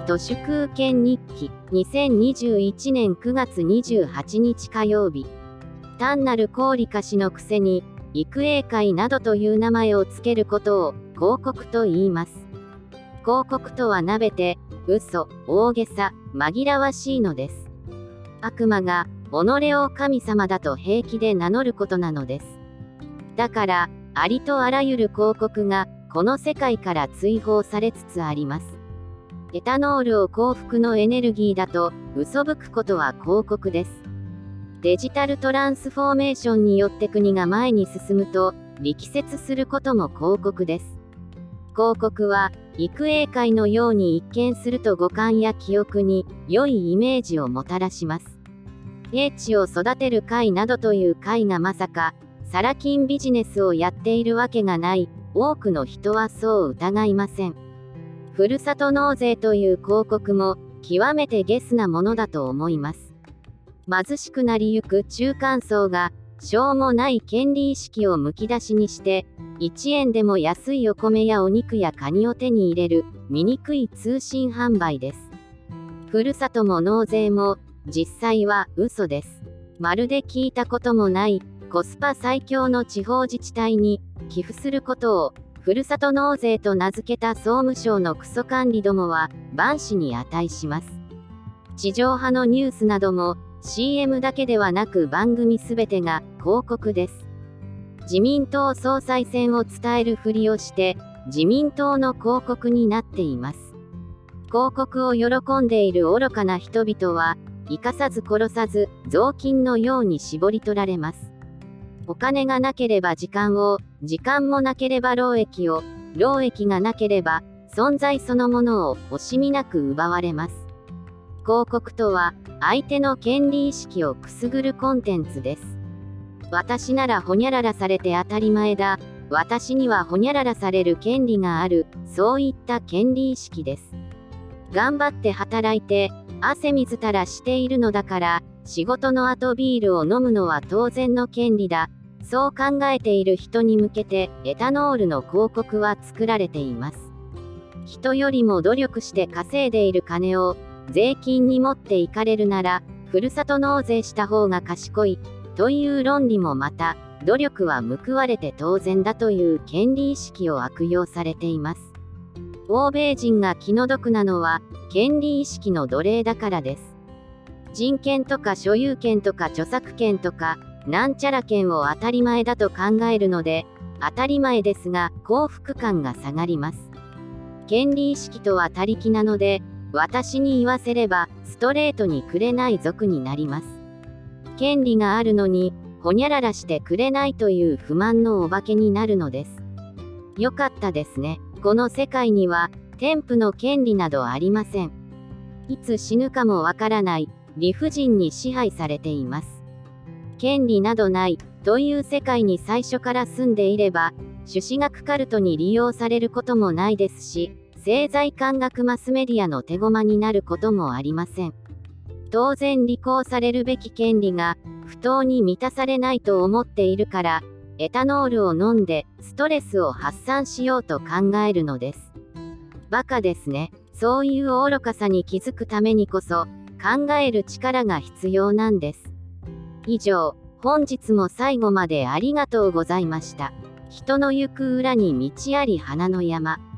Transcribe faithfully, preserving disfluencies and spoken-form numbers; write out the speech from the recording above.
都市空権日記にせんにじゅういちねんくがつにじゅうはちにち火曜日。単なる高利貸しのくせに育英会などという名前をつけることを広告と言います。広告とはなべて嘘、大げさ、紛らわしいのです。悪魔が己を神様だと平気で名乗ることなのです。だからありとあらゆる広告がこの世界から追放されつつあります。エタノールを幸福のエネルギーだと嘘吹くことは広告です。デジタルトランスフォーメーションによって国が前に進むと力説することも広告です。広告は育英会のように一見すると五感や記憶に良いイメージをもたらします。英知を育てる会などという会がまさかサラ金ビジネスをやっているわけがない。多くの人はそう疑いません。ふるさと納税という広告も極めてゲスなものだと思います。貧しくなりゆく中間層がしょうもない権利意識をむき出しにしていちえんでも安いお米やお肉やカニを手に入れる醜い通信販売です。ふるさとも納税も実際は嘘です。まるで聞いたこともないコスパ最強の地方自治体に寄付することをふるさと納税と名付けた総務省のクソ管理どもは万死に値します。地上波のニュースなども シーエム だけではなく番組すべてが広告です。自民党総裁選を伝えるふりをして自民党の広告になっています。広告を喜んでいる愚かな人々は生かさず殺さず雑巾のように絞り取られます。お金がなければ時間を、時間もなければ労役を、労役がなければ存在そのものを惜しみなく奪われます。広告とは相手の権利意識をくすぐるコンテンツです。私ならほにゃららされて当たり前だ。私にはほにゃららされる権利がある。そういった権利意識です。頑張って働いて汗水垂らしているのだから仕事の後ビールを飲むのは当然の権利だ。そう考えている人に向けてエタノールの広告は作られています。人よりも努力して稼いでいる金を税金に持っていかれるならふるさと納税した方が賢いという論理もまた努力は報われて当然だという権利意識を悪用されています。欧米人が気の毒なのは権利意識の奴隷だからです。人権とか所有権とか著作権とかなんちゃら権を当たり前だと考えるので当たり前ですが幸福感が下がります。権利意識とは他力なので私に言わせればストレートにくれない族になります。権利があるのにほにゃららしてくれないという不満のお化けになるのです。よかったですね。この世界には天賦の権利などありません。いつ死ぬかもわからない理不尽に支配されています。権利などないという世界に最初から住んでいれば朱子学カルトに利用されることもないですし政財官学マスメディアの手駒になることもありません。当然履行されるべき権利が不当に満たされないと思っているからエタノールを飲んでストレスを発散しようと考えるのです。バカですね。そういう愚かさに気づくためにこそ考える力が必要なんです。以上、本日も最後までありがとうございました。人の行く裏に道あり花の山。